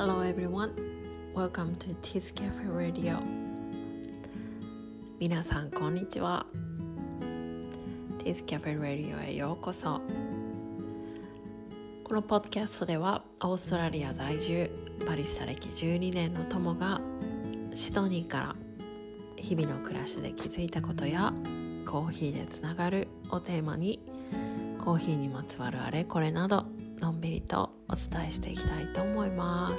Hello everyone, welcome to Tis Cafe Radio。 皆さんこんにちは。 Tis Cafe Radio へようこそ。このポッドキャストではオーストラリア在住バリスタ歴12年の友がシドニーから日々の暮らしで気づいたことやコーヒーでつながるをテーマにコーヒーにまつわるあれこれなどのんびりとお伝えしていきたいと思います。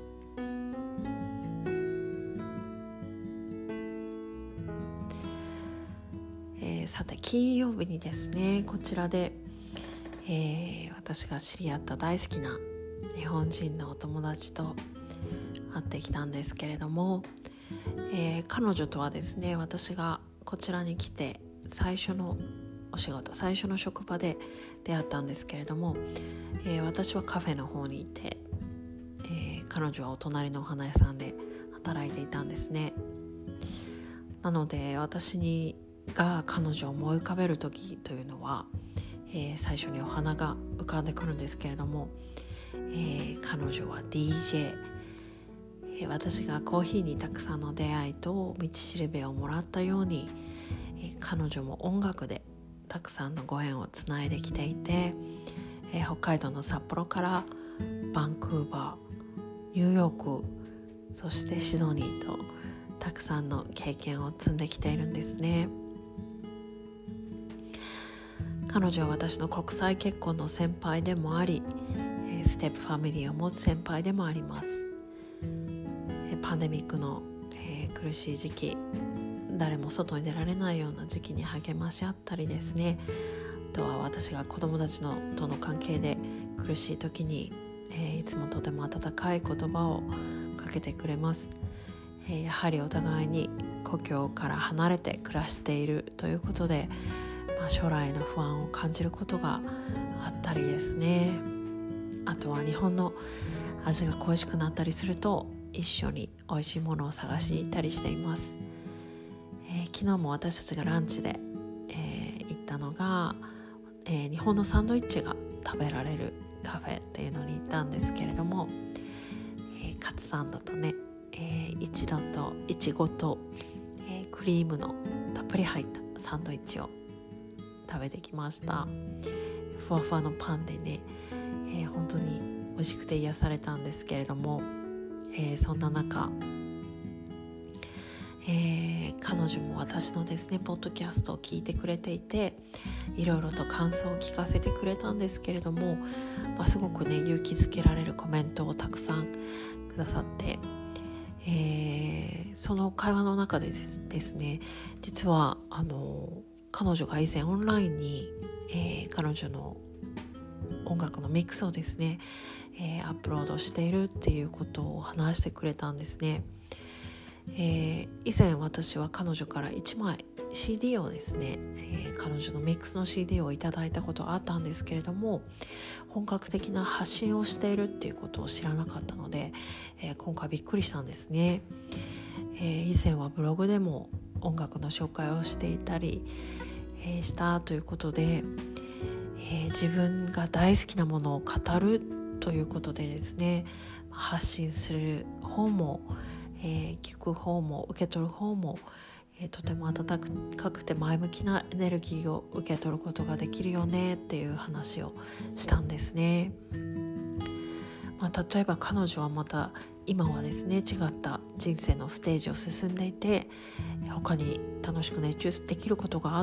さて金曜日にですね、こちらで、私が知り合った大好きな日本人のお友達と会ってきたんですけれども、彼女とはですね、私がこちらに来て最初のお仕事、最初の職場で出会ったんですけれども、私はカフェの方にいて、彼女はお隣のお花屋さんで働いていたんですね。なので私が彼女を思い浮かべる時というのは、最初にお花が浮かんでくるんですけれども、彼女は DJ、私がコーヒーにたくさんの出会いと道しるべをもらったように、彼女も音楽でたくさんのご縁をつないできていて、北海道の札幌からバンクーバー、ニューヨーク、そしてシドニーとたくさんの経験を積んできているんですね。彼女は私の国際結婚の先輩でもあり、ステップファミリーを持つ先輩でもあります。パンデミックの、苦しい時期、誰も外に出られないような時期に励まし合ったりですね、あとは私が子供たちとの関係で苦しい時に、いつもとても温かい言葉をかけてくれます。やはりお互いに故郷から離れて暮らしているということで、将来の不安を感じることがあったりですね、あとは日本の味が恋しくなったりすると一緒に美味しいものを探しに行ったりしています。昨日も私たちがランチで、行ったのが、日本のサンドイッチが食べられるカフェっていうのに行ったんですけれども、カツサンドとね、イチゴと、クリームのたっぷり入ったサンドイッチを食べてきました。ふわふわのパンでね、本当に美味しくて癒されたんですけれども、そんな中、彼女も私のですねポッドキャストを聞いてくれていて、いろいろと感想を聞かせてくれたんですけれども、すごくね勇気づけられるコメントをたくさんくださって、その会話の中でですね、実は彼女が以前オンラインに、彼女の音楽のミックスをですね、アップロードしているっていうことを話してくれたんですね。以前私は彼女から1枚 CD をですね、彼女のミックスの CD をいただいたことがあったんですけれども、本格的な発信をしているっていうことを知らなかったので、今回びっくりしたんですね。以前はブログでも音楽の紹介をしていたり、したということで、自分が大好きなものを語るということでですね、発信する方も、聞く方も受け取る方も、とても温かくて前向きなエネルギーを受け取ることができるよねっていう話をしたんですね。例えば彼女はまた今はですね違った人生のステージを進んでいて、他に楽しく熱中できることがあって、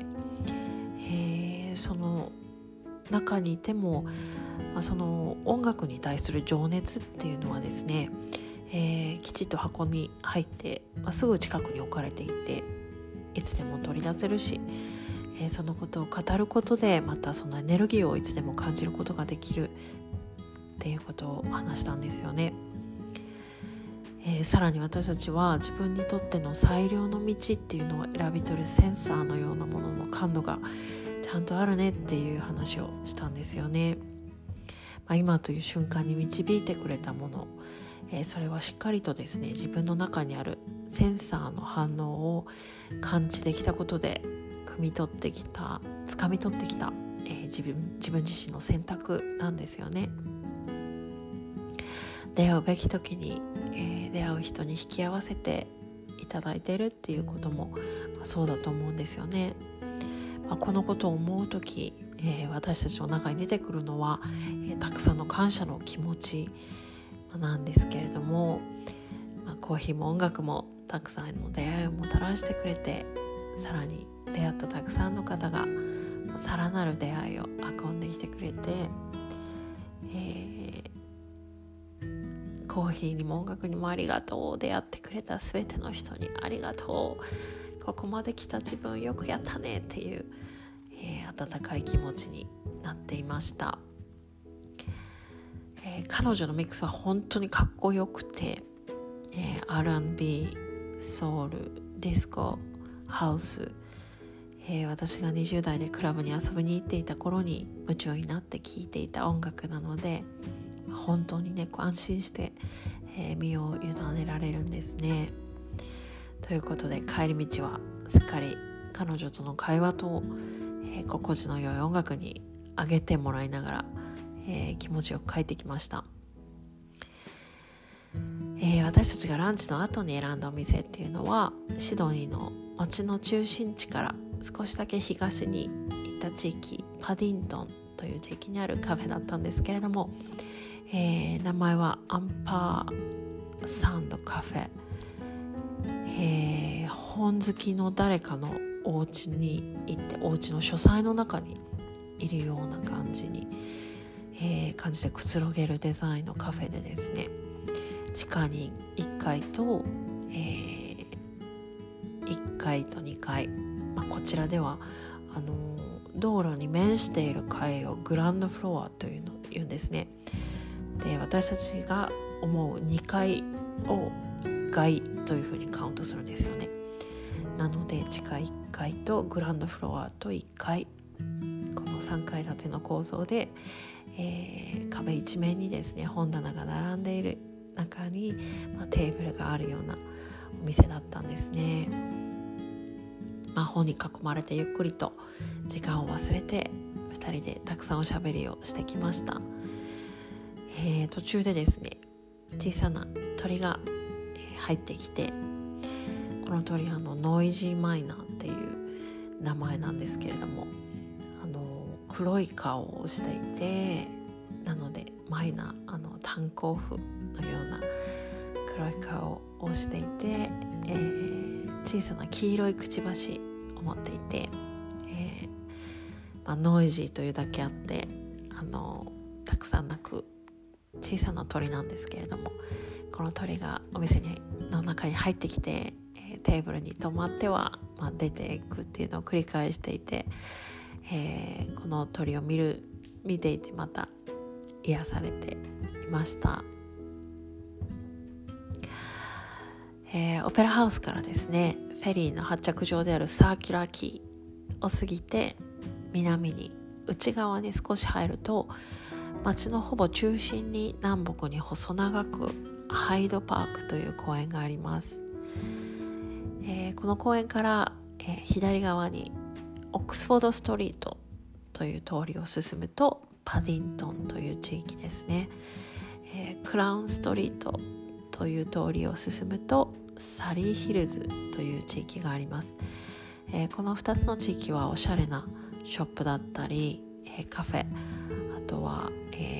その中にいても、その音楽に対する情熱っていうのはですね、きちっと箱に入って、すぐ近くに置かれていて、いつでも取り出せるし、そのことを語ることでまたそのエネルギーをいつでも感じることができるっていうことを話したんですよね。さらに私たちは自分にとっての最良の道っていうのを選び取るセンサーのようなものの感度がちゃんとあるねっていう話をしたんですよね。今という瞬間に導いてくれたもの、それはしっかりとですね自分の中にあるセンサーの反応を感知できたことで掴み取ってきた、自分自身の選択なんですよね。 出会うべき時に、出会う人に引き合わせていただいているっていうことも、そうだと思うんですよね。このことを思う時、私たちの中に出てくるのは、たくさんの感謝の気持ちなんですけれども、コーヒーも音楽もたくさんの出会いをもたらしてくれて、さらに出会ったたくさんの方がさらなる出会いを運んできてくれて、コーヒーにも音楽にもありがとう、出会ってくれた全ての人にありがとう、ここまで来た自分よくやったねっていう、温かい気持ちになっていました。彼女のミックスは本当にかっこよくて、R&B、ソウル、ディスコ、ハウス、私が20代でクラブに遊びに行っていた頃に夢中になって聴いていた音楽なので、本当にね安心して、身を委ねられるんですね。ということで帰り道はすっかり彼女との会話と、心地の良い音楽に上げてもらいながら、気持ちよく帰ってきました。私たちがランチの後に選んだお店っていうのはシドニーの街の中心地から少しだけ東に行った地域、パディントンという地域にあるカフェだったんですけれども、名前はアンパーサンドカフェ、本好きの誰かのお家に行って、お家の書斎の中にいるような感じに、感じてくつろげるデザインのカフェでですね、地下に1階と、1階と2階、こちらでは道路に面している階をグランドフロアというのを言うんですね。で、私たちが思う2階を1階というふうにカウントするんですよね。なので地下1階とグランドフロアと1階、この3階建ての構造で、壁一面にですね本棚が並んでいる中に、テーブルがあるようなお店だったんですね。本に囲まれてゆっくりと時間を忘れて2人でたくさんおしゃべりをしてきました。途中でですね小さな鳥が入ってきて、この鳥ノイジーマイナーっていう名前なんですけれども、黒い顔をしていて、なのでマイナー、炭鉱夫のような黒い顔をしていて、小さな黄色いくちばしを持っていて、ノイジーというだけあってたくさん鳴く小さな鳥なんですけれども、この鳥がお店の中に入ってきて、テーブルに止まっては、出ていくっていうのを繰り返していて、この鳥を見ていてまた癒されていました。オペラハウスからですねフェリーの発着場であるサーキュラーキーを過ぎて南に内側に少し入ると、街のほぼ中心に南北に細長くハイドパークという公園があります。この公園から、左側にオックスフォードストリートという通りを進むとパディントンという地域ですね。クラウンストリートという通りを進むとサリーヒルズという地域があります。この2つの地域はおしゃれなショップだったり、カフェ、あとは、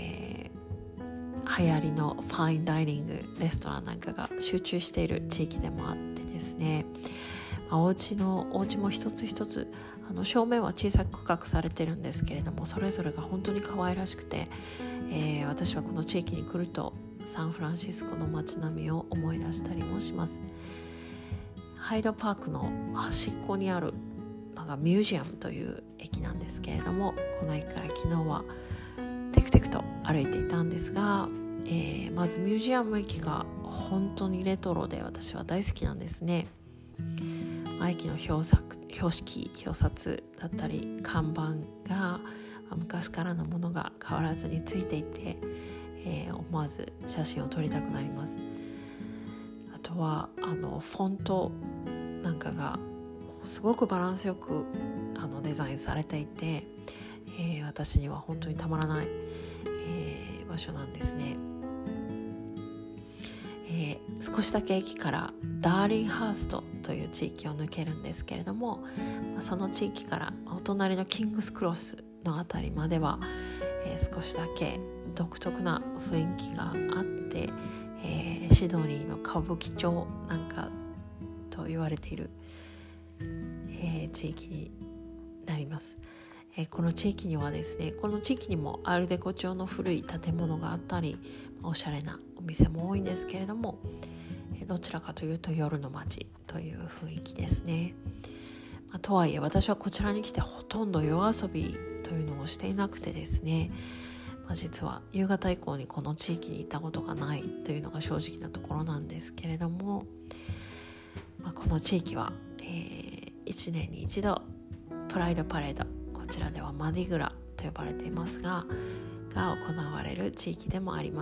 流行りのファインダイニングレストランなんかが集中している地域でもあってですね、お家も一つ一つ正面は小さく区画されてるんですけれども、それぞれが本当に可愛らしくて、私はこの地域に来るとサンフランシスコの街並みを思い出したりもします。ハイドパークの端っこにあるのがミュージアムという駅なんですけれども、この駅から昨日はテクテクと歩いていたんですが、まずミュージアム駅が本当にレトロで私は大好きなんですね。駅の標札だったり看板が昔からのものが変わらずについていて、思わず写真を撮りたくなります。あとはフォントなんかがすごくバランスよくデザインされていて、私には本当にたまらない、場所なんですね。 少しだけ駅からダーリンハーストという地域を抜けるんですけれども、その地域からお隣のキングスクロスのあたりまでは、少しだけ独特な雰囲気があって、シドニーの歌舞伎町なんかと言われている、地域になります。この地域にはですね、この地域にもアールデコ調の古い建物があったり、おしゃれなお店も多いんですけれども、どちらかというと夜の街という雰囲気ですね。とはいえ私はこちらに来てほとんど夜遊びというのをしていなくてですね、実は夕方以降にこの地域に行ったことがないというのが正直なところなんですけれども、この地域は、1年に一度プライドパレード、こちらではマディグラと呼ばれていますが行われる地域でもあります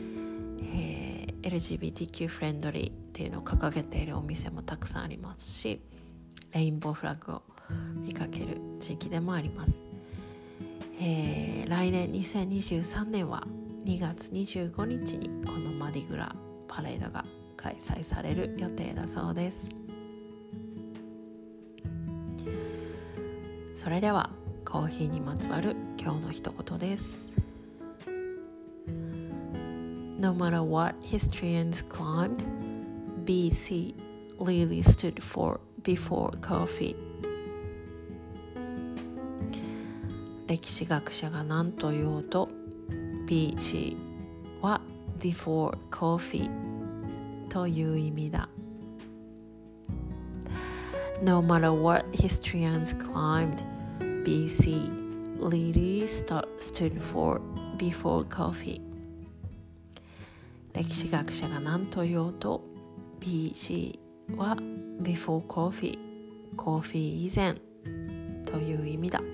。LGBTQ フレンドリーっていうのを掲げているお店もたくさんありますし、レインボーフラッグを見かける地域でもあります。来年2023年は2月25日にこのマディグラパレードが開催される予定だそうです。それではコーヒーにまつわる今日の一言です。No matter what historians climbed, BC really stood for before coffee. 歴史学者が何と言おうと BC は before coffee という意味だ。No matter what historians climbed, BC really stood for before coffee. 歴史学者が何と言おうと BC は before coffee コーヒー以前という意味だ。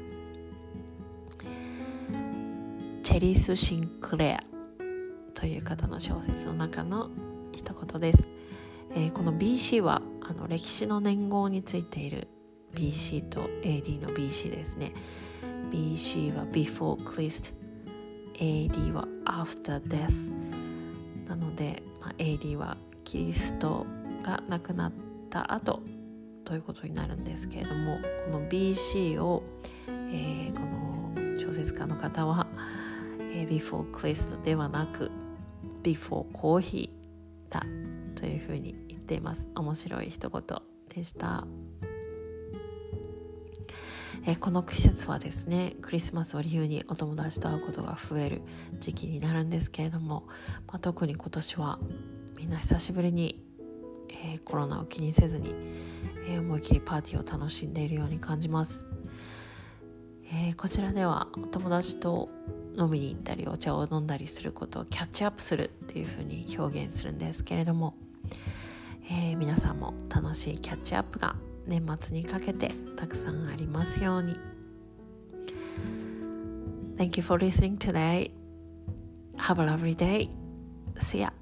チェリス・シンクレアという方の小説の中の一言です。この BC は歴史の年号についている BC と AD の BC ですね。BC は before Christ、 AD は after death なので、AD はキリストが亡くなった後ということになるんですけれども、この BC を、この小説家の方は、before Christ ではなく before コーヒーだというふうに言っています。面白い一言でした。この季節はですね、クリスマスを理由にお友達と会うことが増える時期になるんですけれども、特に今年はみんな久しぶりに、コロナを気にせずに、思い切りパーティーを楽しんでいるように感じます。こちらではお友達と飲みに行ったりお茶を飲んだりすることをキャッチアップするっていうふうに表現するんですけれども、皆さんも楽しいキャッチアップが年末にかけてたくさんありますように。 Thank you for listening today. Have a lovely day. See ya.